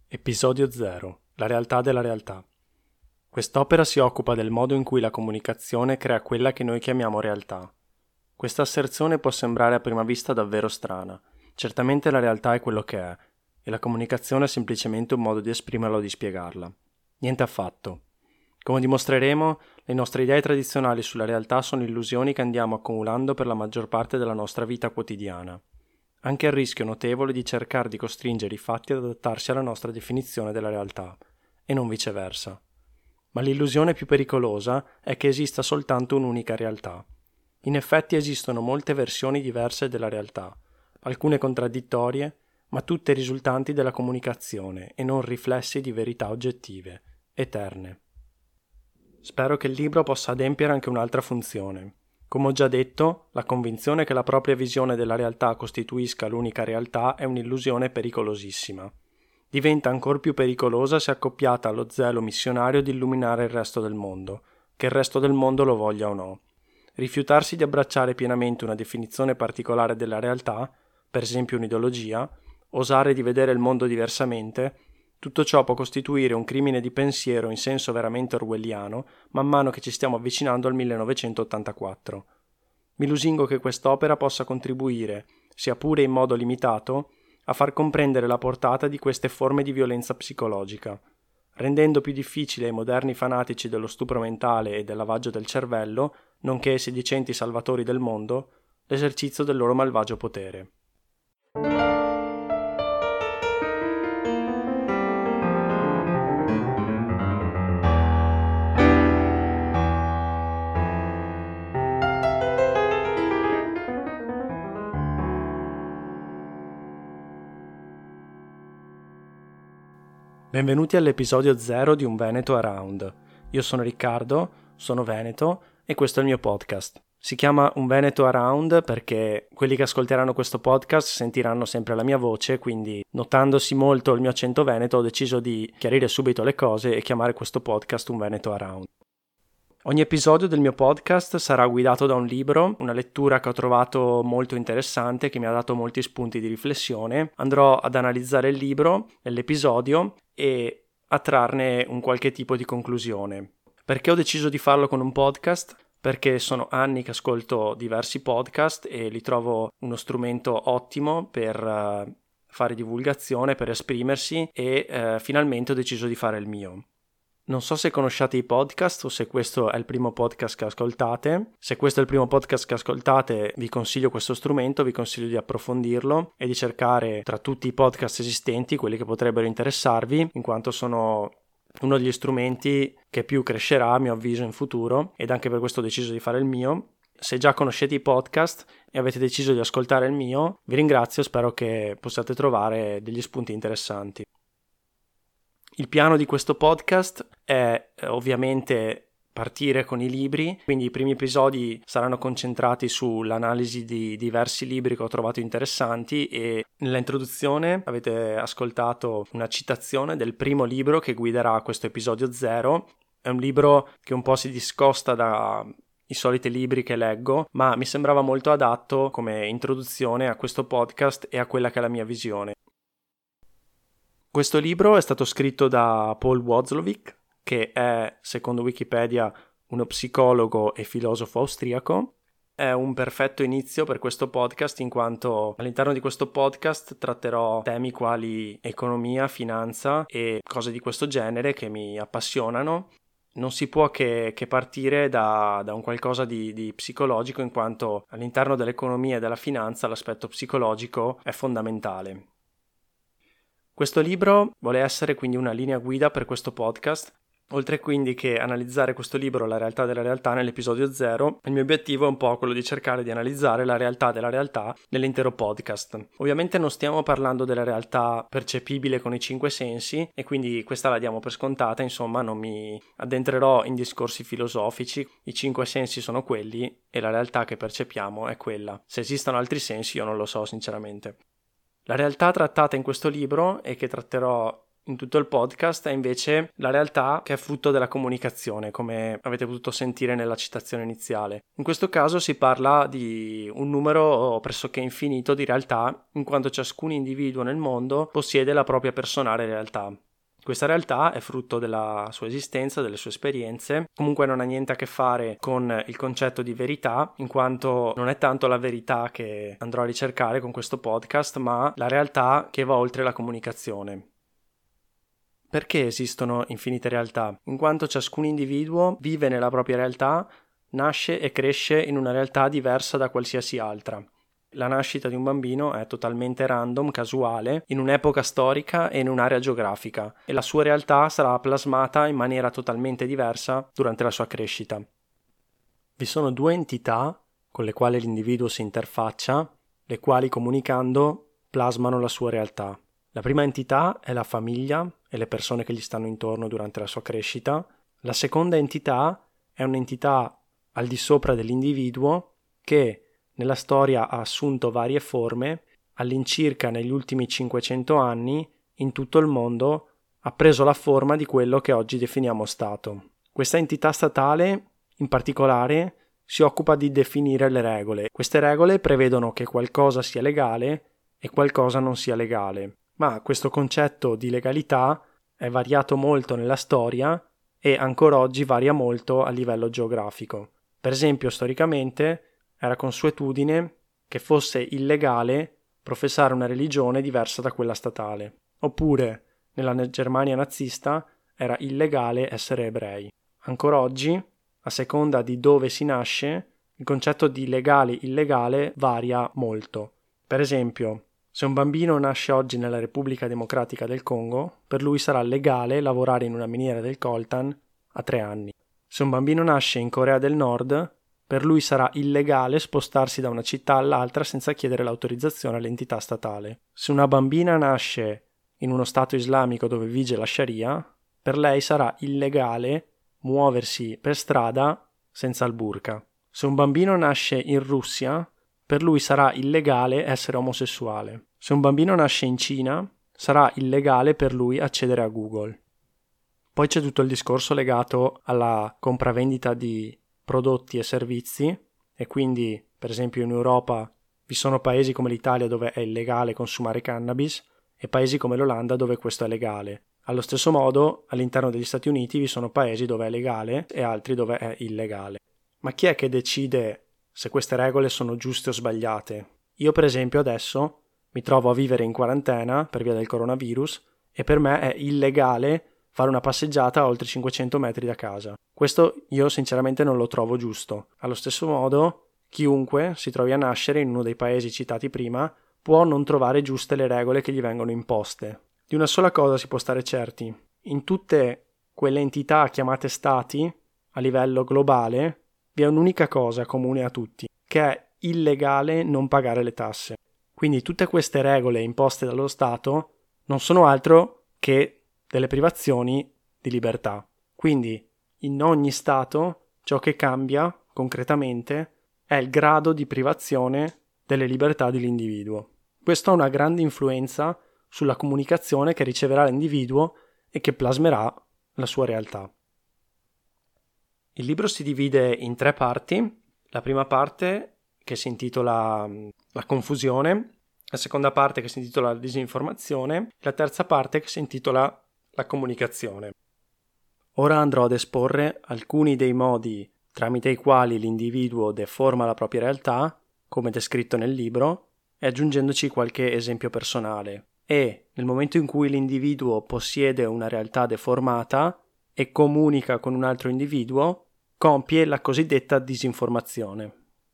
Episodio 0. La realtà della realtà. Quest'opera si occupa del modo in cui la comunicazione crea quella che noi chiamiamo realtà. Questa asserzione può sembrare a prima vista davvero strana. Certamente la realtà è quello che è, e la comunicazione è semplicemente un modo di esprimerla o di spiegarla. Niente affatto. Come dimostreremo, le nostre idee tradizionali sulla realtà sono illusioni che andiamo accumulando per la maggior parte della nostra vita quotidiana. Anche il rischio notevole di cercare di costringere i fatti ad adattarsi alla nostra definizione della realtà, e non viceversa. Ma l'illusione più pericolosa è che esista soltanto un'unica realtà. In effetti esistono molte versioni diverse della realtà, alcune contraddittorie, ma tutte risultanti della comunicazione e non riflessi di verità oggettive, eterne. Spero che il libro possa adempiere anche un'altra funzione. Come ho già detto, la convinzione che la propria visione della realtà costituisca l'unica realtà è un'illusione pericolosissima. Diventa ancor più pericolosa se accoppiata allo zelo missionario di illuminare il resto del mondo, che il resto del mondo lo voglia o no. Rifiutarsi di abbracciare pienamente una definizione particolare della realtà, per esempio un'ideologia, osare di vedere il mondo diversamente, tutto ciò può costituire un crimine di pensiero in senso veramente orwelliano man mano che ci stiamo avvicinando al 1984. Mi lusingo che quest'opera possa contribuire, sia pure in modo limitato, a far comprendere la portata di queste forme di violenza psicologica, rendendo più difficile ai moderni fanatici dello stupro mentale e del lavaggio del cervello, nonché ai sedicenti salvatori del mondo, l'esercizio del loro malvagio potere. Benvenuti all'episodio 0 di Un Veneto Around. Io sono Riccardo, sono veneto e questo è il mio podcast. Si chiama Un Veneto Around perché quelli che ascolteranno questo podcast sentiranno sempre la mia voce, quindi notandosi molto il mio accento veneto ho deciso di chiarire subito le cose e chiamare questo podcast Un Veneto Around. Ogni episodio del mio podcast sarà guidato da un libro, una lettura che ho trovato molto interessante, che mi ha dato molti spunti di riflessione. Andrò ad analizzare il libro nell'episodio e a trarne un qualche tipo di conclusione. Perché ho deciso di farlo con un podcast? Perché sono anni che ascolto diversi podcast e li trovo uno strumento ottimo per fare divulgazione, per esprimersi e finalmente ho deciso di fare il mio. Non so se conosciate i podcast o se questo è il primo podcast che ascoltate. Se questo è il primo podcast che ascoltate, vi consiglio questo strumento, vi consiglio di approfondirlo e di cercare tra tutti i podcast esistenti quelli che potrebbero interessarvi, in quanto sono uno degli strumenti che più crescerà, a mio avviso, in futuro, ed anche per questo ho deciso di fare il mio. Se già conoscete i podcast e avete deciso di ascoltare il mio, vi ringrazio, spero che possiate trovare degli spunti interessanti. Il piano di questo podcast è ovviamente partire con i libri, quindi i primi episodi saranno concentrati sull'analisi di diversi libri che ho trovato interessanti e nella introduzione avete ascoltato una citazione del primo libro che guiderà questo episodio 0. È un libro che un po' si discosta dai soliti libri che leggo, ma mi sembrava molto adatto come introduzione a questo podcast e a quella che è la mia visione. Questo libro è stato scritto da Paul Watzlawick, che è, secondo Wikipedia, uno psicologo e filosofo austriaco. È un perfetto inizio per questo podcast in quanto all'interno di questo podcast tratterò temi quali economia, finanza e cose di questo genere che mi appassionano. Non si può che partire da un qualcosa di psicologico, in quanto all'interno dell'economia e della finanza l'aspetto psicologico è fondamentale. Questo libro vuole essere quindi una linea guida per questo podcast, oltre quindi che analizzare questo libro, La realtà della realtà, nell'episodio 0. Il mio obiettivo è un po' quello di cercare di analizzare la realtà della realtà nell'intero podcast. Ovviamente non stiamo parlando della realtà percepibile con i 5 sensi e quindi questa la diamo per scontata, insomma non mi addentrerò in discorsi filosofici, i 5 sensi sono quelli e la realtà che percepiamo è quella. Se esistono altri sensi io non lo so sinceramente. La realtà trattata in questo libro e che tratterò in tutto il podcast è invece la realtà che è frutto della comunicazione, come avete potuto sentire nella citazione iniziale. In questo caso si parla di un numero pressoché infinito di realtà, in quanto ciascun individuo nel mondo possiede la propria personale realtà. Questa realtà è frutto della sua esistenza, delle sue esperienze, comunque non ha niente a che fare con il concetto di verità, in quanto non è tanto la verità che andrò a ricercare con questo podcast, ma la realtà che va oltre la comunicazione. Perché esistono infinite realtà? In quanto ciascun individuo vive nella propria realtà, nasce e cresce in una realtà diversa da qualsiasi altra. La nascita di un bambino è totalmente random, casuale, in un'epoca storica e in un'area geografica, e la sua realtà sarà plasmata in maniera totalmente diversa durante la sua crescita. Vi sono due entità con le quali l'individuo si interfaccia, le quali comunicando plasmano la sua realtà. La prima entità è la famiglia e le persone che gli stanno intorno durante la sua crescita. La seconda entità è un'entità al di sopra dell'individuo che nella storia ha assunto varie forme, all'incirca negli ultimi 500 anni, in tutto il mondo, ha preso la forma di quello che oggi definiamo Stato. Questa entità statale, in particolare, si occupa di definire le regole. Queste regole prevedono che qualcosa sia legale e qualcosa non sia legale, ma questo concetto di legalità è variato molto nella storia e ancora oggi varia molto a livello geografico. Per esempio, storicamente, era consuetudine che fosse illegale professare una religione diversa da quella statale. Oppure, nella Germania nazista, era illegale essere ebrei. Ancora oggi, a seconda di dove si nasce, il concetto di legale-illegale varia molto. Per esempio, se un bambino nasce oggi nella Repubblica Democratica del Congo, per lui sarà legale lavorare in una miniera del coltan a 3 anni. Se un bambino nasce in Corea del Nord, per lui sarà illegale spostarsi da una città all'altra senza chiedere l'autorizzazione all'entità statale. Se una bambina nasce in uno stato islamico dove vige la Sharia, per lei sarà illegale muoversi per strada senza il burqa. Se un bambino nasce in Russia, per lui sarà illegale essere omosessuale. Se un bambino nasce in Cina, sarà illegale per lui accedere a Google. Poi c'è tutto il discorso legato alla compravendita di prodotti e servizi, e quindi, per esempio, in Europa vi sono paesi come l'Italia dove è illegale consumare cannabis e paesi come l'Olanda dove questo è legale. Allo stesso modo, all'interno degli Stati Uniti vi sono paesi dove è legale e altri dove è illegale. Ma chi è che decide se queste regole sono giuste o sbagliate? Io, per esempio, adesso mi trovo a vivere in quarantena per via del coronavirus e per me è illegale fare una passeggiata a oltre 500 metri da casa. Questo io sinceramente non lo trovo giusto. Allo stesso modo, chiunque si trovi a nascere in uno dei paesi citati prima può non trovare giuste le regole che gli vengono imposte. Di una sola cosa si può stare certi: in tutte quelle entità chiamate stati, a livello globale, vi è un'unica cosa comune a tutti, che è illegale non pagare le tasse. Quindi tutte queste regole imposte dallo Stato non sono altro che delle privazioni di libertà. Quindi in ogni Stato ciò che cambia concretamente è il grado di privazione delle libertà dell'individuo. Questo ha una grande influenza sulla comunicazione che riceverà l'individuo e che plasmerà la sua realtà. Il libro si divide in 3 parti. La prima parte che si intitola La confusione, la seconda parte che si intitola La disinformazione e la terza parte che si intitola La comunicazione. Ora andrò ad esporre alcuni dei modi tramite i quali l'individuo deforma la propria realtà, come descritto nel libro, e aggiungendoci qualche esempio personale. E nel momento in cui l'individuo possiede una realtà deformata e comunica con un altro individuo, compie la cosiddetta disinformazione.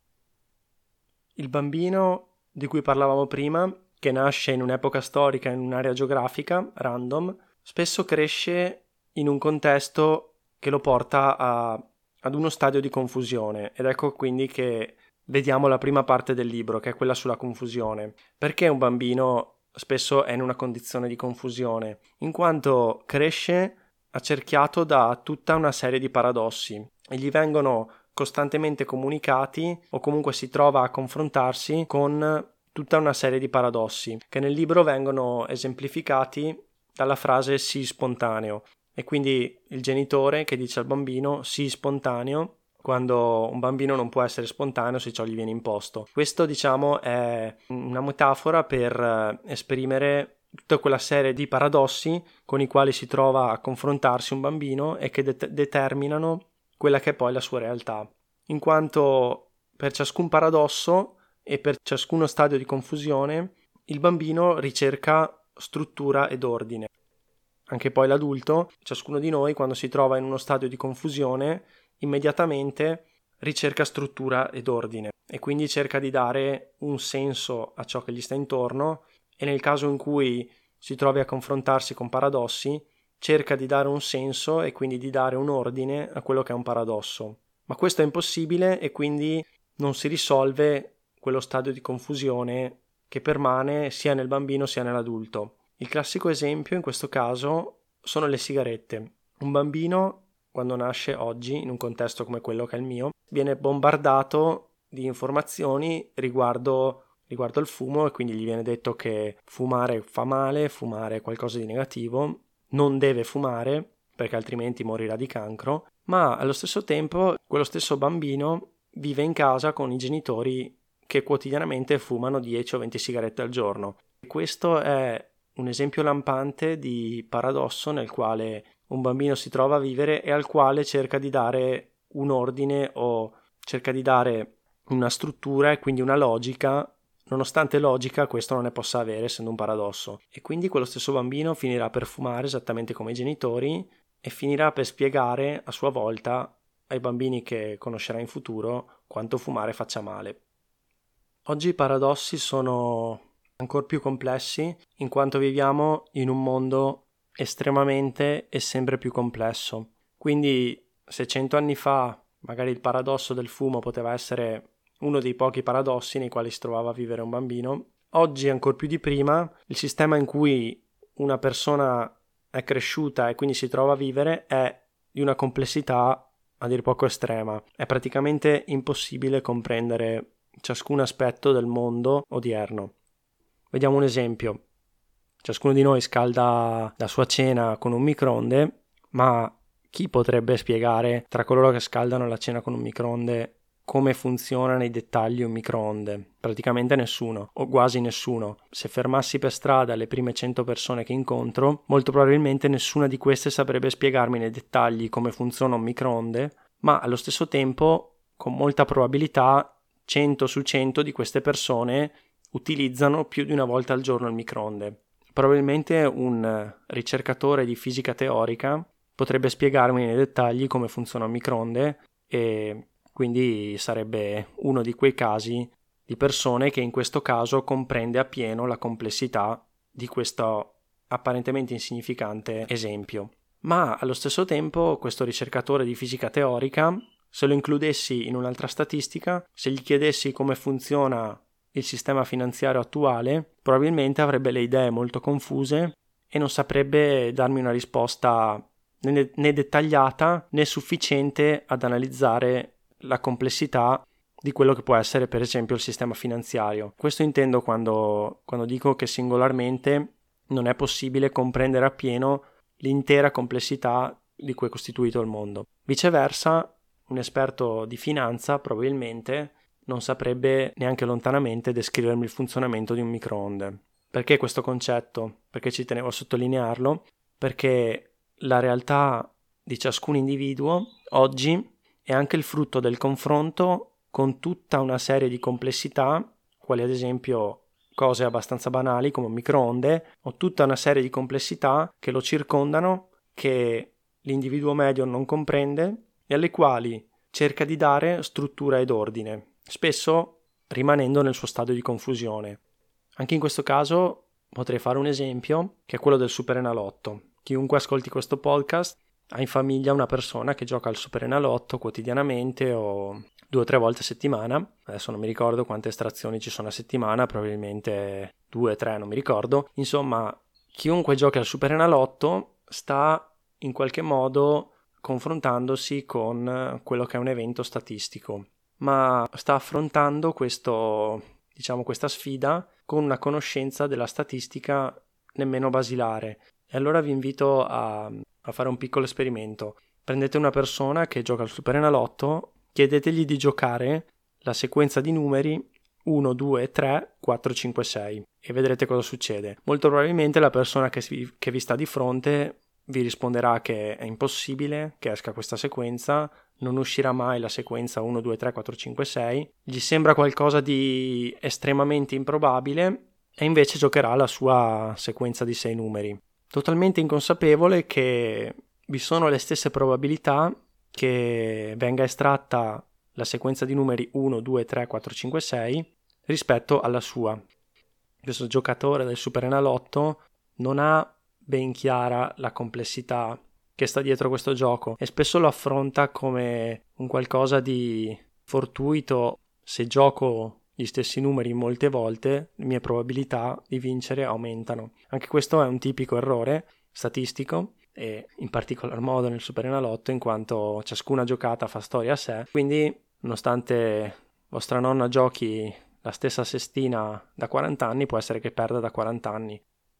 Il bambino di cui parlavamo prima, che nasce in un'epoca storica, in un'area geografica, random, spesso cresce in un contesto che lo porta ad uno stadio di confusione, ed ecco quindi che vediamo la prima parte del libro, che è quella sulla confusione. Perché un bambino spesso è in una condizione di confusione? In quanto cresce accerchiato da tutta una serie di paradossi e gli vengono costantemente comunicati, o comunque si trova a confrontarsi con tutta una serie di paradossi che nel libro vengono esemplificati dalla frase sii spontaneo. E quindi il genitore che dice al bambino sii spontaneo quando un bambino non può essere spontaneo se ciò gli viene imposto. Questo, diciamo, è una metafora per esprimere tutta quella serie di paradossi con i quali si trova a confrontarsi un bambino e che determinano quella che è poi la sua realtà. In quanto per ciascun paradosso e per ciascuno stadio di confusione il bambino ricerca struttura ed ordine. Anche poi l'adulto, ciascuno di noi, quando si trova in uno stadio di confusione, immediatamente ricerca struttura ed ordine e quindi cerca di dare un senso a ciò che gli sta intorno e nel caso in cui si trovi a confrontarsi con paradossi, cerca di dare un senso e quindi di dare un ordine a quello che è un paradosso. Ma questo è impossibile e quindi non si risolve quello stadio di confusione che permane sia nel bambino sia nell'adulto. Il classico esempio in questo caso sono le sigarette. Un bambino, quando nasce oggi, in un contesto come quello che è il mio, viene bombardato di informazioni riguardo il fumo e quindi gli viene detto che fumare fa male, fumare è qualcosa di negativo, non deve fumare perché altrimenti morirà di cancro, ma allo stesso tempo quello stesso bambino vive in casa con i genitori che quotidianamente fumano 10 o 20 sigarette al giorno. E questo è un esempio lampante di paradosso nel quale un bambino si trova a vivere e al quale cerca di dare un ordine o cerca di dare una struttura e quindi una logica, nonostante logica questo non ne possa avere essendo un paradosso. E quindi quello stesso bambino finirà per fumare esattamente come i genitori e finirà per spiegare a sua volta ai bambini che conoscerà in futuro quanto fumare faccia male. Oggi i paradossi sono ancora più complessi in quanto viviamo in un mondo estremamente e sempre più complesso. Quindi se 100 anni fa magari il paradosso del fumo poteva essere uno dei pochi paradossi nei quali si trovava a vivere un bambino, oggi ancor più di prima il sistema in cui una persona è cresciuta e quindi si trova a vivere è di una complessità a dir poco estrema. È praticamente impossibile comprendere ciascun aspetto del mondo odierno. Vediamo un esempio. Ciascuno di noi scalda la sua cena con un microonde, ma chi potrebbe spiegare tra coloro che scaldano la cena con un microonde come funziona nei dettagli un microonde? Praticamente nessuno, o quasi nessuno. Se fermassi per strada le prime 100 persone che incontro, molto probabilmente nessuna di queste saprebbe spiegarmi nei dettagli come funziona un microonde, ma allo stesso tempo, con molta probabilità, 100 su 100 di queste persone utilizzano più di una volta al giorno il microonde. Probabilmente un ricercatore di fisica teorica potrebbe spiegarmi nei dettagli come funziona un microonde e quindi sarebbe uno di quei casi di persone che in questo caso comprende appieno la complessità di questo apparentemente insignificante esempio. Ma allo stesso tempo questo ricercatore di fisica teorica, se lo includessi in un'altra statistica, se gli chiedessi come funziona il sistema finanziario attuale, probabilmente avrebbe le idee molto confuse e non saprebbe darmi una risposta né dettagliata né sufficiente ad analizzare la complessità di quello che può essere per esempio il sistema finanziario. Questo intendo quando dico che singolarmente non è possibile comprendere appieno l'intera complessità di cui è costituito il mondo. Viceversa, un esperto di finanza probabilmente non saprebbe neanche lontanamente descrivermi il funzionamento di un microonde. Perché questo concetto? Perché ci tenevo a sottolinearlo? Perché la realtà di ciascun individuo oggi è anche il frutto del confronto con tutta una serie di complessità, quali ad esempio cose abbastanza banali come un microonde, o tutta una serie di complessità che lo circondano, che l'individuo medio non comprende e alle quali cerca di dare struttura ed ordine, spesso rimanendo nel suo stadio di confusione. Anche in questo caso potrei fare un esempio, che è quello del Superenalotto. Chiunque ascolti questo podcast ha in famiglia una persona che gioca al Superenalotto quotidianamente o 2 o 3 volte a settimana. Adesso non mi ricordo quante estrazioni ci sono a settimana, probabilmente 2 o 3, non mi ricordo. Insomma, chiunque giochi al Superenalotto sta in qualche modo confrontandosi con quello che è un evento statistico, ma sta affrontando questa sfida con una conoscenza della statistica nemmeno basilare. E allora vi invito a fare un piccolo esperimento. Prendete una persona che gioca al Superenalotto, chiedetegli di giocare la sequenza di numeri 1, 2, 3, 4, 5, 6 e vedrete cosa succede. Molto probabilmente la persona che vi sta di fronte vi risponderà che è impossibile che esca questa sequenza, non uscirà mai la sequenza 1, 2, 3, 4, 5, 6, gli sembra qualcosa di estremamente improbabile e invece giocherà la sua sequenza di 6 numeri, totalmente inconsapevole che vi sono le stesse probabilità che venga estratta la sequenza di numeri 1, 2, 3, 4, 5, 6 rispetto alla sua. Questo giocatore del Superenalotto non ha ben chiara la complessità che sta dietro questo gioco e spesso lo affronta come un qualcosa di fortuito. Se gioco gli stessi numeri molte volte, le mie probabilità di vincere aumentano. Anche questo è un tipico errore statistico e in particolar modo nel Superenalotto, in quanto ciascuna giocata fa storia a sé. Quindi, nonostante vostra nonna giochi la stessa sestina da 40 anni, può essere che perda da 40 anni.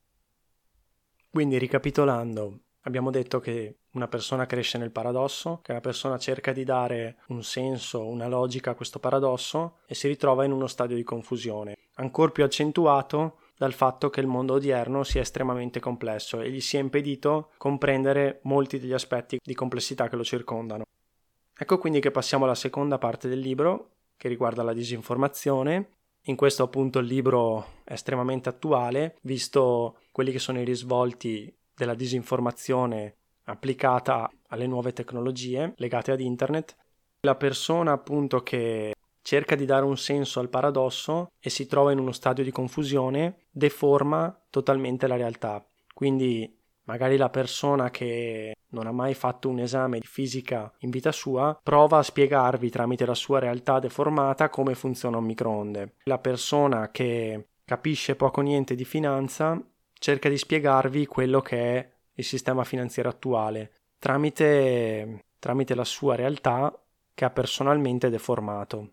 Quindi, ricapitolando, abbiamo detto che una persona cresce nel paradosso, che una persona cerca di dare un senso, una logica a questo paradosso e si ritrova in uno stadio di confusione, ancor più accentuato dal fatto che il mondo odierno sia estremamente complesso e gli sia impedito comprendere molti degli aspetti di complessità che lo circondano. Ecco quindi che passiamo alla seconda parte del libro, che riguarda la disinformazione. In questo appunto il libro è estremamente attuale, visto quelli che sono i risvolti della disinformazione applicata alle nuove tecnologie legate ad internet. La persona appunto che cerca di dare un senso al paradosso e si trova in uno stadio di confusione deforma totalmente la realtà. Quindi magari la persona che non ha mai fatto un esame di fisica in vita sua prova a spiegarvi tramite la sua realtà deformata come funziona un microonde. La persona che capisce poco o niente di finanza cerca di spiegarvi quello che è il sistema finanziario attuale tramite la sua realtà che ha personalmente deformato.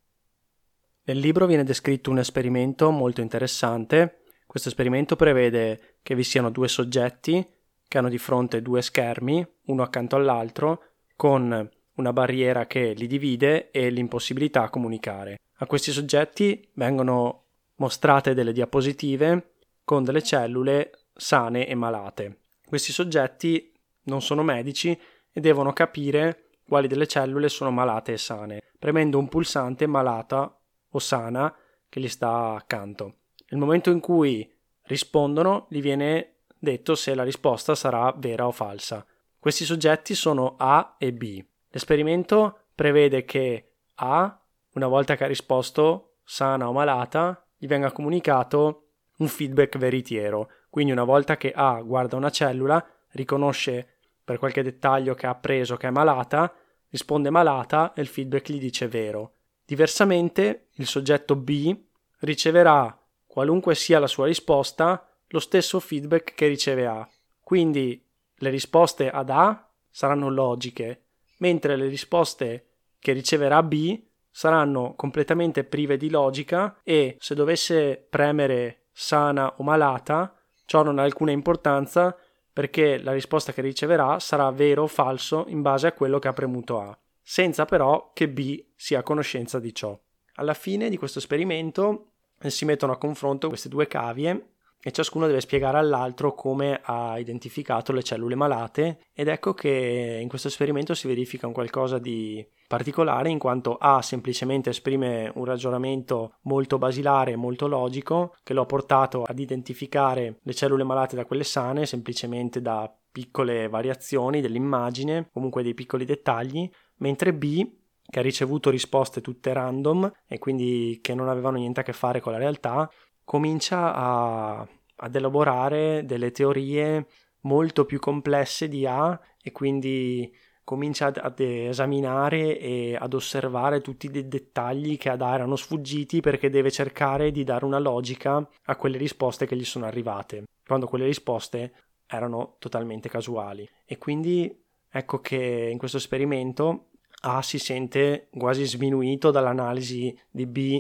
Nel libro viene descritto un esperimento molto interessante. Questo esperimento prevede che vi siano due soggetti che hanno di fronte due schermi, uno accanto all'altro, con una barriera che li divide e l'impossibilità a comunicare. A questi soggetti vengono mostrate delle diapositive con delle cellule sane e malate. Questi soggetti non sono medici e devono capire quali delle cellule sono malate e sane, premendo un pulsante malata o sana che gli sta accanto. Nel momento in cui rispondono, gli viene detto se la risposta sarà vera o falsa. Questi soggetti sono A e B. L'esperimento prevede che A, una volta che ha risposto sana o malata, gli venga comunicato un feedback veritiero. Quindi una volta che A guarda una cellula, riconosce per qualche dettaglio che ha appreso che è malata, risponde malata e il feedback gli dice vero. Diversamente, il soggetto B riceverà, qualunque sia la sua risposta, lo stesso feedback che riceve A. Quindi le risposte ad A saranno logiche, mentre le risposte che riceverà B saranno completamente prive di logica e se dovesse premere sana o malata, ciò non ha alcuna importanza perché la risposta che riceverà sarà vero o falso in base a quello che ha premuto A, senza però che B sia a conoscenza di ciò. Alla fine di questo esperimento si mettono a confronto queste due cavie e ciascuno deve spiegare all'altro come ha identificato le cellule malate ed ecco che in questo esperimento si verifica un qualcosa di particolare in quanto A semplicemente esprime un ragionamento molto basilare, molto logico che lo ha portato ad identificare le cellule malate da quelle sane semplicemente da piccole variazioni dell'immagine, comunque dei piccoli dettagli, mentre B, che ha ricevuto risposte tutte random e quindi che non avevano niente a che fare con la realtà, comincia ad elaborare delle teorie molto più complesse di A e quindi comincia ad esaminare e ad osservare tutti dei dettagli che ad A erano sfuggiti perché deve cercare di dare una logica a quelle risposte che gli sono arrivate, quando quelle risposte erano totalmente casuali. E quindi ecco che in questo esperimento A si sente quasi sminuito dall'analisi di B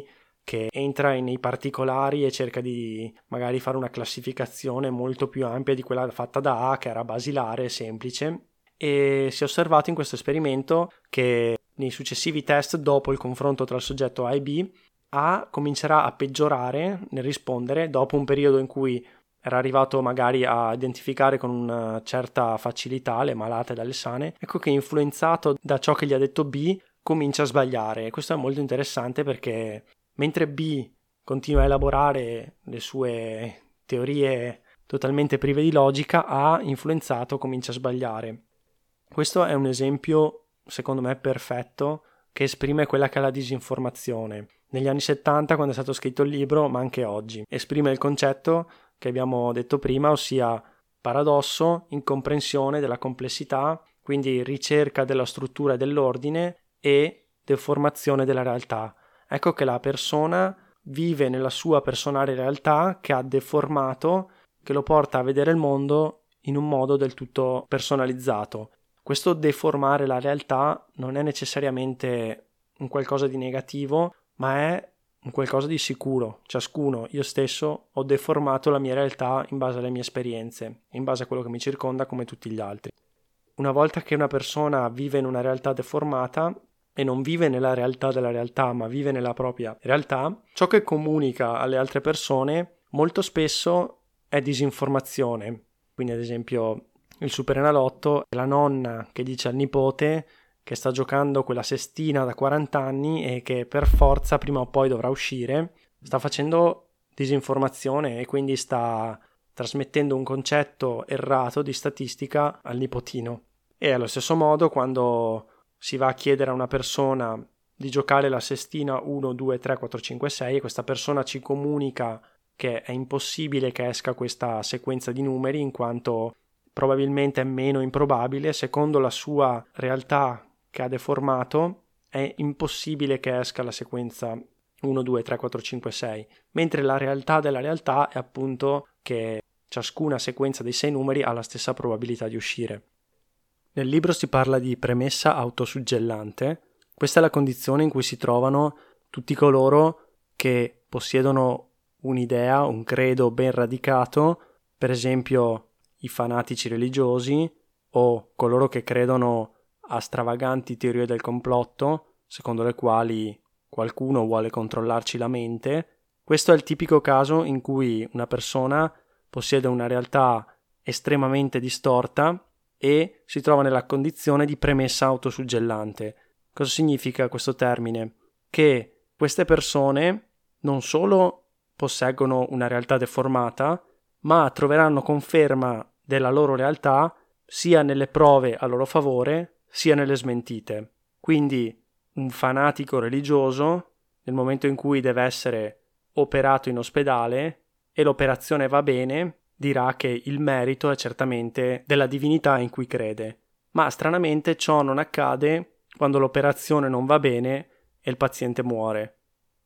che entra nei particolari e cerca di magari fare una classificazione molto più ampia di quella fatta da A, che era basilare e semplice, e si è osservato in questo esperimento che nei successivi test, dopo il confronto tra il soggetto A e B, A comincerà a peggiorare nel rispondere dopo un periodo in cui era arrivato magari a identificare con una certa facilità le malate dalle sane. Ecco che, influenzato da ciò che gli ha detto B, comincia a sbagliare. Questo è molto interessante perché mentre B continua a elaborare le sue teorie totalmente prive di logica, A, influenzato, comincia a sbagliare. Questo è un esempio, secondo me, perfetto, che esprime quella che è la disinformazione. Negli anni 70, quando è stato scritto il libro, ma anche oggi, esprime il concetto che abbiamo detto prima, ossia paradosso, incomprensione della complessità, quindi ricerca della struttura e dell'ordine e deformazione della realtà. Ecco che la persona vive nella sua personale realtà che ha deformato, che lo porta a vedere il mondo in un modo del tutto personalizzato. Questo deformare la realtà non è necessariamente un qualcosa di negativo, ma è un qualcosa di sicuro. Ciascuno, io stesso, ho deformato la mia realtà in base alle mie esperienze, in base a quello che mi circonda, come tutti gli altri. Una volta che una persona vive in una realtà deformata e non vive nella realtà della realtà, ma vive nella propria realtà, ciò che comunica alle altre persone molto spesso è disinformazione. Quindi, ad esempio, il Superenalotto è la nonna che dice al nipote che sta giocando quella sestina da 40 anni e che per forza prima o poi dovrà uscire. Sta facendo disinformazione e quindi sta trasmettendo un concetto errato di statistica al nipotino. E allo stesso modo, quando si va a chiedere a una persona di giocare la sestina 1, 2, 3, 4, 5, 6 e questa persona ci comunica che è impossibile che esca questa sequenza di numeri, in quanto probabilmente è meno improbabile, secondo la sua realtà che ha deformato, è impossibile che esca la sequenza 1, 2, 3, 4, 5, 6, mentre la realtà della realtà è appunto che ciascuna sequenza dei 6 numeri ha la stessa probabilità di uscire. Nel libro si parla di premessa autosuggellante. Questa è la condizione in cui si trovano tutti coloro che possiedono un'idea, un credo ben radicato, per esempio i fanatici religiosi o coloro che credono a stravaganti teorie del complotto, secondo le quali qualcuno vuole controllarci la mente. Questo è il tipico caso in cui una persona possiede una realtà estremamente distorta e si trova nella condizione di premessa autosuggellante. Cosa significa questo termine? Che queste persone non solo posseggono una realtà deformata, ma troveranno conferma della loro realtà sia nelle prove a loro favore, sia nelle smentite. Quindi un fanatico religioso, nel momento in cui deve essere operato in ospedale e l'operazione va bene, dirà che il merito è certamente della divinità in cui crede. Ma stranamente ciò non accade quando l'operazione non va bene e il paziente muore.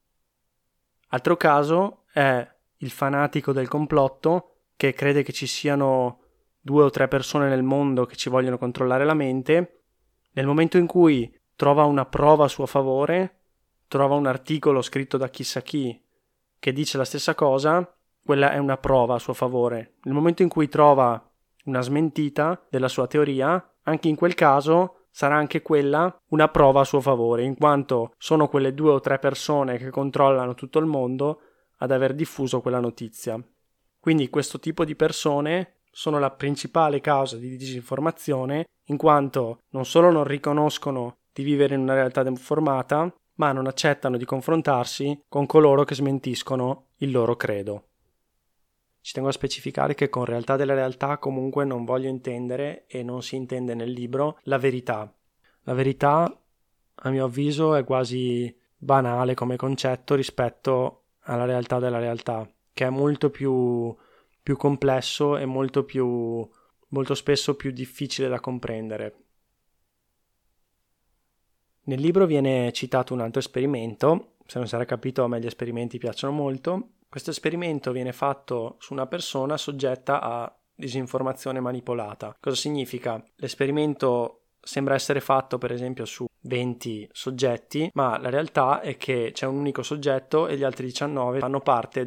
Altro caso è il fanatico del complotto che crede che ci siano 2 o 3 persone nel mondo che ci vogliono controllare la mente. Nel momento in cui trova una prova a suo favore, trova un articolo scritto da chissà chi che dice la stessa cosa, quella è una prova a suo favore. Nel momento in cui trova una smentita della sua teoria, anche in quel caso sarà anche quella una prova a suo favore, in quanto sono quelle 2 o 3 persone che controllano tutto il mondo ad aver diffuso quella notizia. Quindi questo tipo di persone sono la principale causa di disinformazione, in quanto non solo non riconoscono di vivere in una realtà deformata, ma non accettano di confrontarsi con coloro che smentiscono il loro credo. Ci tengo a specificare che con realtà della realtà comunque non voglio intendere, e non si intende nel libro, la verità. La verità, a mio avviso, è quasi banale come concetto rispetto alla realtà della realtà, che è molto più complesso e molto spesso più difficile da comprendere. Nel libro viene citato un altro esperimento, se non si era capito a me gli esperimenti piacciono molto. Questo esperimento viene fatto su una persona soggetta a disinformazione manipolata. Cosa significa? L'esperimento sembra essere fatto per esempio su 20 soggetti, ma la realtà è che c'è un unico soggetto e gli altri 19 fanno parte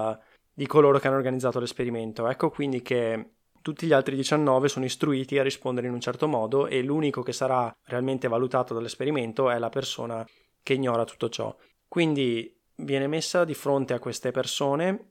di coloro che hanno organizzato l'esperimento. Ecco quindi che tutti gli altri 19 sono istruiti a rispondere in un certo modo e l'unico che sarà realmente valutato dall'esperimento è la persona che ignora tutto ciò. Quindi viene messa di fronte a queste persone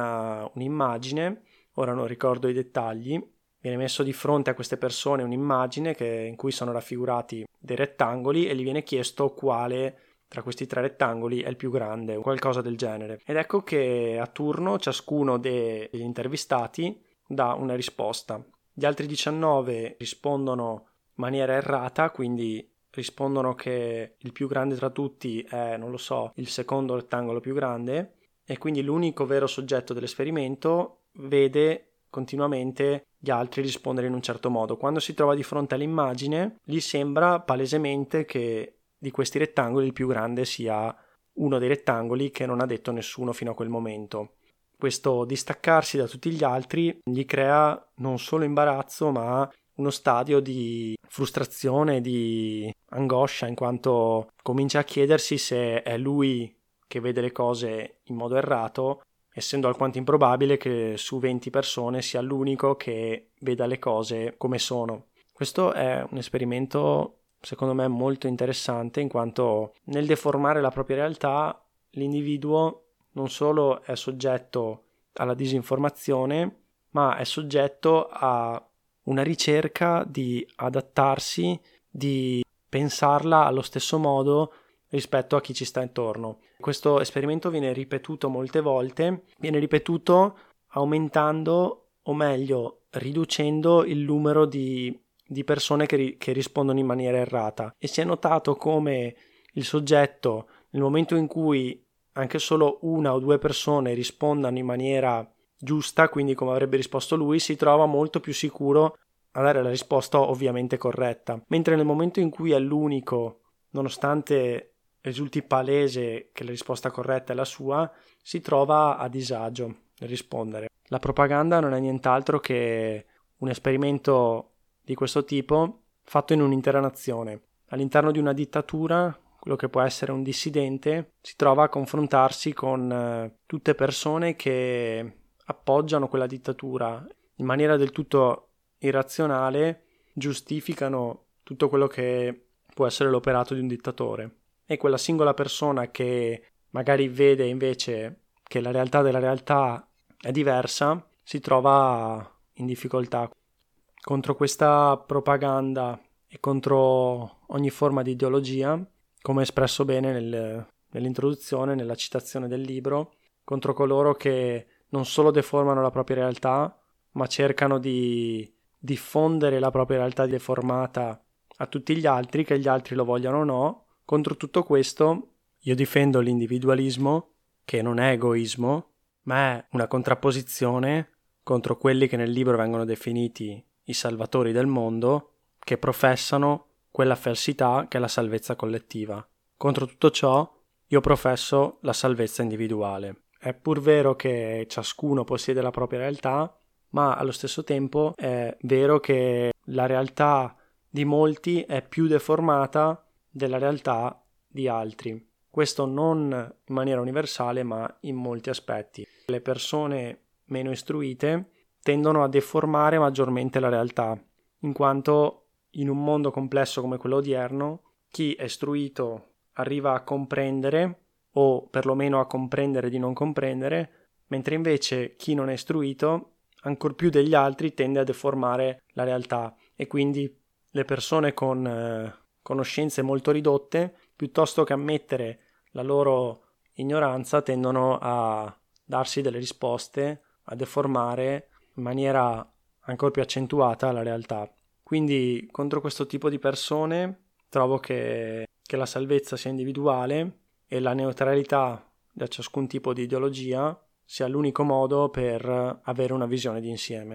un'immagine, ora non ricordo i dettagli, viene messo di fronte a queste persone un'immagine in cui sono raffigurati dei rettangoli e gli viene chiesto quale tra questi 3 rettangoli è il più grande o qualcosa del genere. Ed ecco che a turno ciascuno degli intervistati dà una risposta. Gli altri 19 rispondono in maniera errata, quindi rispondono che il più grande tra tutti è, non lo so, il secondo rettangolo più grande, e quindi l'unico vero soggetto dell'esperimento vede continuamente gli altri rispondere in un certo modo. Quando si trova di fronte all'immagine, gli sembra palesemente che di questi rettangoli il più grande sia uno dei rettangoli che non ha detto nessuno fino a quel momento. Questo distaccarsi da tutti gli altri gli crea non solo imbarazzo, ma uno stadio di frustrazione, di angoscia, in quanto comincia a chiedersi se è lui che vede le cose in modo errato, essendo alquanto improbabile che su 20 persone sia l'unico che veda le cose come sono. Questo è un esperimento secondo me molto interessante, in quanto nel deformare la propria realtà l'individuo non solo è soggetto alla disinformazione, ma è soggetto a una ricerca di adattarsi, di pensarla allo stesso modo rispetto a chi ci sta intorno. Questo esperimento viene ripetuto molte volte, viene ripetuto aumentando, o meglio, riducendo il numero di persone che rispondono in maniera errata, e si è notato come il soggetto, nel momento in cui anche solo una o due persone rispondano in maniera giusta, quindi come avrebbe risposto lui, si trova molto più sicuro a dare la risposta ovviamente corretta, mentre nel momento in cui è l'unico, nonostante risulti palese che la risposta corretta è la sua, si trova a disagio nel rispondere. La propaganda non è nient'altro che un esperimento di questo tipo fatto in un'intera nazione. All'interno di una dittatura, quello che può essere un dissidente si trova a confrontarsi con tutte persone che appoggiano quella dittatura in maniera del tutto irrazionale, giustificano tutto quello che può essere l'operato di un dittatore, e quella singola persona che magari vede invece che la realtà della realtà è diversa si trova in difficoltà. Contro questa propaganda e contro ogni forma di ideologia, come espresso bene nell'introduzione, nella citazione del libro, contro coloro che non solo deformano la propria realtà, ma cercano di diffondere la propria realtà deformata a tutti gli altri, che gli altri lo vogliano o no. Contro tutto questo io difendo l'individualismo, che non è egoismo, ma è una contrapposizione contro quelli che nel libro vengono definiti i salvatori del mondo, che professano quella falsità che è la salvezza collettiva. Contro tutto ciò io professo la salvezza individuale. È pur vero che ciascuno possiede la propria realtà, ma allo stesso tempo è vero che la realtà di molti è più deformata della realtà di altri. Questo non in maniera universale, ma in molti aspetti. Le persone meno istruite tendono a deformare maggiormente la realtà, in quanto in un mondo complesso come quello odierno, chi è istruito arriva a comprendere, o perlomeno a comprendere di non comprendere, mentre invece chi non è istruito, ancor più degli altri, tende a deformare la realtà, e quindi le persone con conoscenze molto ridotte, piuttosto che ammettere la loro ignoranza, tendono a darsi delle risposte, a deformare in maniera ancora più accentuata la realtà. Quindi contro questo tipo di persone trovo che la salvezza sia individuale e la neutralità da ciascun tipo di ideologia sia l'unico modo per avere una visione d'insieme.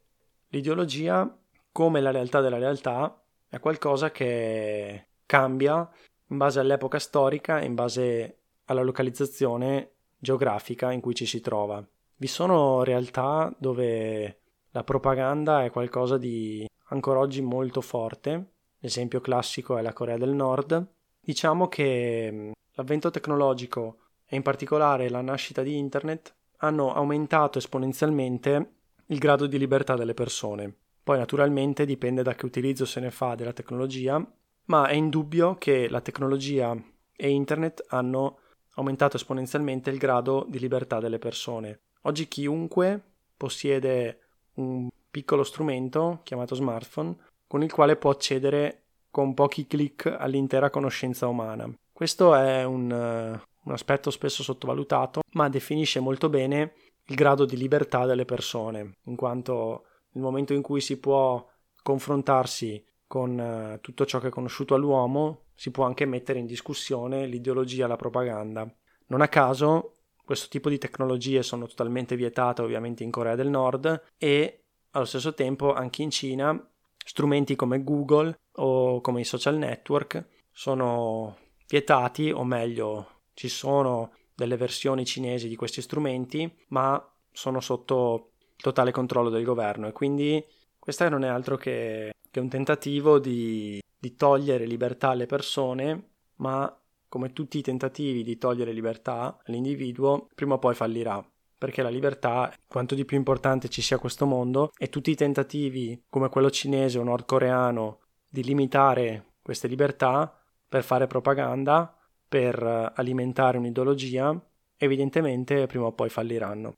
L'ideologia, come la realtà della realtà, è qualcosa che cambia in base all'epoca storica e in base alla localizzazione geografica in cui ci si trova. Vi sono realtà dove la propaganda è qualcosa di ancora oggi molto forte, l'esempio classico è la Corea del Nord. Diciamo che l'avvento tecnologico e in particolare la nascita di Internet hanno aumentato esponenzialmente il grado di libertà delle persone. Poi naturalmente dipende da che utilizzo se ne fa della tecnologia, ma è indubbio che la tecnologia e Internet hanno aumentato esponenzialmente il grado di libertà delle persone. Oggi chiunque possiede un piccolo strumento chiamato smartphone con il quale può accedere con pochi clic all'intera conoscenza umana. Questo è un aspetto spesso sottovalutato, ma definisce molto bene il grado di libertà delle persone, in quanto nel momento in cui si può confrontarsi con tutto ciò che è conosciuto all'uomo, si può anche mettere in discussione l'ideologia e la propaganda. Non a caso questo tipo di tecnologie sono totalmente vietate ovviamente in Corea del Nord e allo stesso tempo anche in Cina strumenti come Google o come i social network sono vietati, o meglio ci sono delle versioni cinesi di questi strumenti ma sono sotto totale controllo del governo e quindi questa non è altro che un tentativo di togliere libertà alle persone, ma come tutti i tentativi di togliere libertà all'individuo, prima o poi fallirà, perché la libertà, quanto di più importante ci sia questo mondo, e tutti i tentativi, come quello cinese o nordcoreano, di limitare queste libertà per fare propaganda, per alimentare un'ideologia, evidentemente prima o poi falliranno.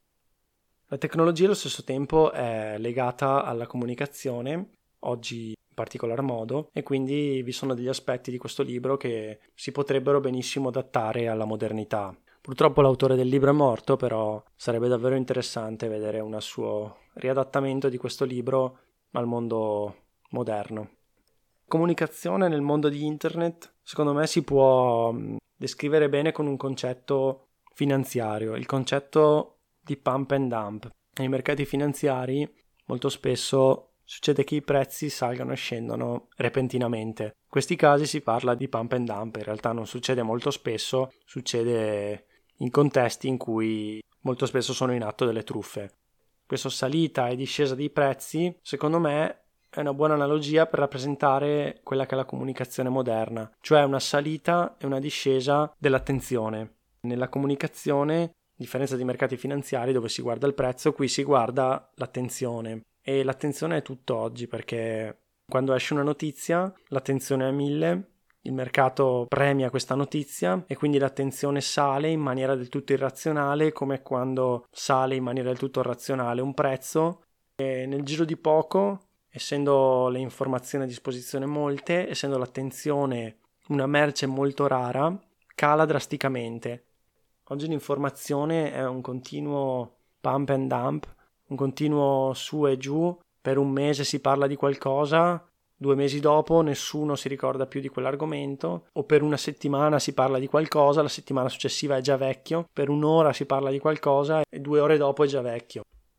La tecnologia allo stesso tempo è legata alla comunicazione, oggi in particolar modo, e quindi vi sono degli aspetti di questo libro che si potrebbero benissimo adattare alla modernità. Purtroppo l'autore del libro è morto, però sarebbe davvero interessante vedere un suo riadattamento di questo libro al mondo moderno. Comunicazione nel mondo di Internet, secondo me, si può descrivere bene con un concetto finanziario, il concetto di pump and dump. Nei mercati finanziari molto spesso succede che i prezzi salgano e scendono repentinamente. In questi casi si parla di pump and dump, in realtà non succede molto spesso, succede in contesti in cui molto spesso sono in atto delle truffe. Questa salita e discesa dei prezzi, secondo me, è una buona analogia per rappresentare quella che è la comunicazione moderna, cioè una salita e una discesa dell'attenzione. Nella comunicazione, a differenza dei mercati finanziari dove si guarda il prezzo, qui si guarda l'attenzione. E l'attenzione è tutto oggi, perché quando esce una notizia l'attenzione è a 1000, il mercato premia questa notizia e quindi l'attenzione sale in maniera del tutto irrazionale, come quando sale in maniera del tutto razionale un prezzo e nel giro di poco, essendo le informazioni a disposizione molte, essendo l'attenzione una merce molto rara, cala drasticamente. Oggi l'informazione è un continuo pump and dump, un continuo su e giù. Per un mese si parla di qualcosa, 2 mesi dopo nessuno si ricorda più di quell'argomento, o per una settimana si parla di qualcosa, la settimana successiva è già vecchio, per un'ora si parla di qualcosa e 2 ore dopo è già vecchio.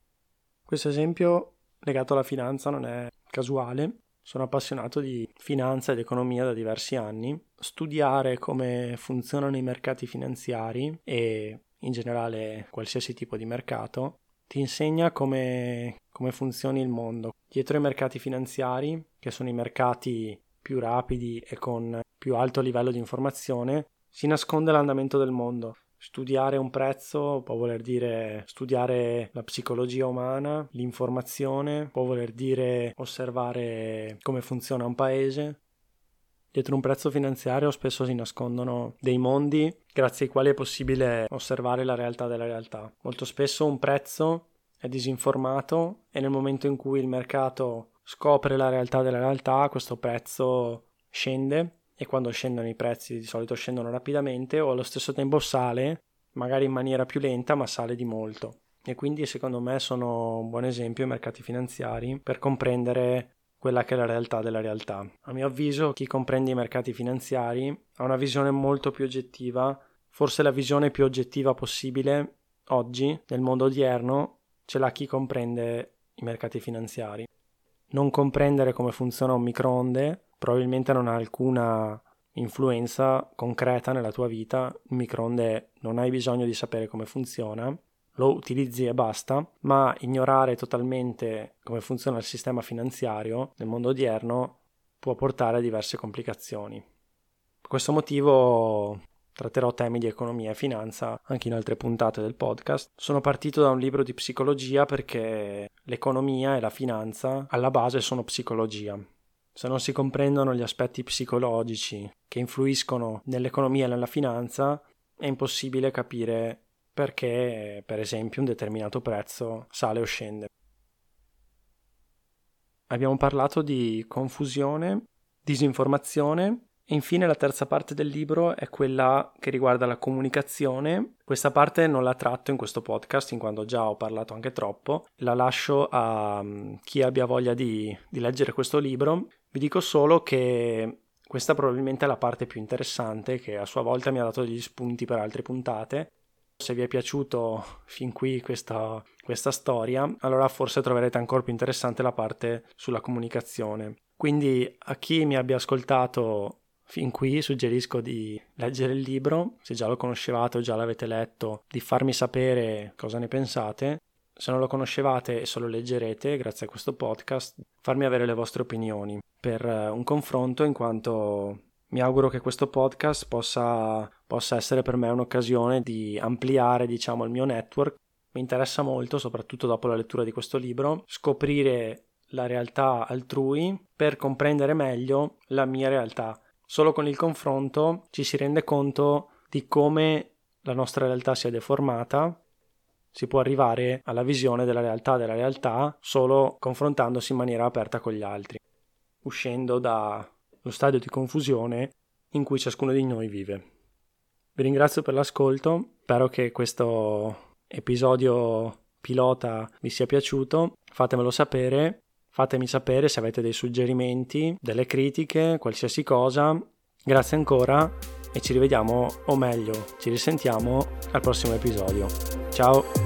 Questo esempio legato alla finanza non è casuale. Sono appassionato di finanza ed economia da diversi anni. Studiare come funzionano i mercati finanziari e in generale qualsiasi tipo di mercato ti insegna come funzioni il mondo. Dietro ai mercati finanziari, che sono i mercati più rapidi e con più alto livello di informazione, si nasconde l'andamento del mondo. Studiare un prezzo può voler dire studiare la psicologia umana, l'informazione, può voler dire osservare come funziona un paese. Dietro un prezzo finanziario spesso si nascondono dei mondi grazie ai quali è possibile osservare la realtà della realtà. Molto spesso un prezzo è disinformato e nel momento in cui il mercato scopre la realtà della realtà, questo prezzo scende. E quando scendono i prezzi di solito scendono rapidamente o allo stesso tempo sale, magari in maniera più lenta, ma sale di molto. E quindi secondo me sono un buon esempio i mercati finanziari per comprendere quella che è la realtà della realtà. A mio avviso chi comprende i mercati finanziari ha una visione molto più oggettiva, forse la visione più oggettiva possibile oggi, nel mondo odierno, ce l'ha chi comprende i mercati finanziari. Non comprendere come funziona un microonde probabilmente non ha alcuna influenza concreta nella tua vita. Un microonde non hai bisogno di sapere come funziona, lo utilizzi e basta, ma ignorare totalmente come funziona il sistema finanziario nel mondo odierno può portare a diverse complicazioni. Per questo motivo tratterò temi di economia e finanza anche in altre puntate del podcast. Sono partito da un libro di psicologia perché l'economia e la finanza alla base sono psicologia. Se non si comprendono gli aspetti psicologici che influiscono nell'economia e nella finanza, è impossibile capire perché, per esempio, un determinato prezzo sale o scende. Abbiamo parlato di confusione, disinformazione e infine la terza parte del libro è quella che riguarda la comunicazione. Questa parte non la tratto in questo podcast in quanto già ho parlato anche troppo, la lascio a chi abbia voglia di leggere questo libro. Vi dico solo che questa probabilmente è la parte più interessante che a sua volta mi ha dato degli spunti per altre puntate. Se vi è piaciuto fin qui questa storia, allora forse troverete ancora più interessante la parte sulla comunicazione. Quindi a chi mi abbia ascoltato fin qui suggerisco di leggere il libro, se già lo conoscevate o già l'avete letto, di farmi sapere cosa ne pensate. Se non lo conoscevate e se lo leggerete, grazie a questo podcast, farmi avere le vostre opinioni per un confronto, in quanto mi auguro che questo podcast possa essere per me un'occasione di ampliare, diciamo, il mio network. Mi interessa molto, soprattutto dopo la lettura di questo libro, scoprire la realtà altrui per comprendere meglio la mia realtà. Solo con il confronto ci si rende conto di come la nostra realtà sia deformata. Si può arrivare alla visione della realtà solo confrontandosi in maniera aperta con gli altri, uscendo dallo stadio di confusione in cui ciascuno di noi vive. Vi ringrazio per l'ascolto, spero che questo episodio pilota vi sia piaciuto, fatemelo sapere, fatemi sapere se avete dei suggerimenti, delle critiche, qualsiasi cosa. Grazie ancora e ci rivediamo, o meglio, ci risentiamo al prossimo episodio. Ciao!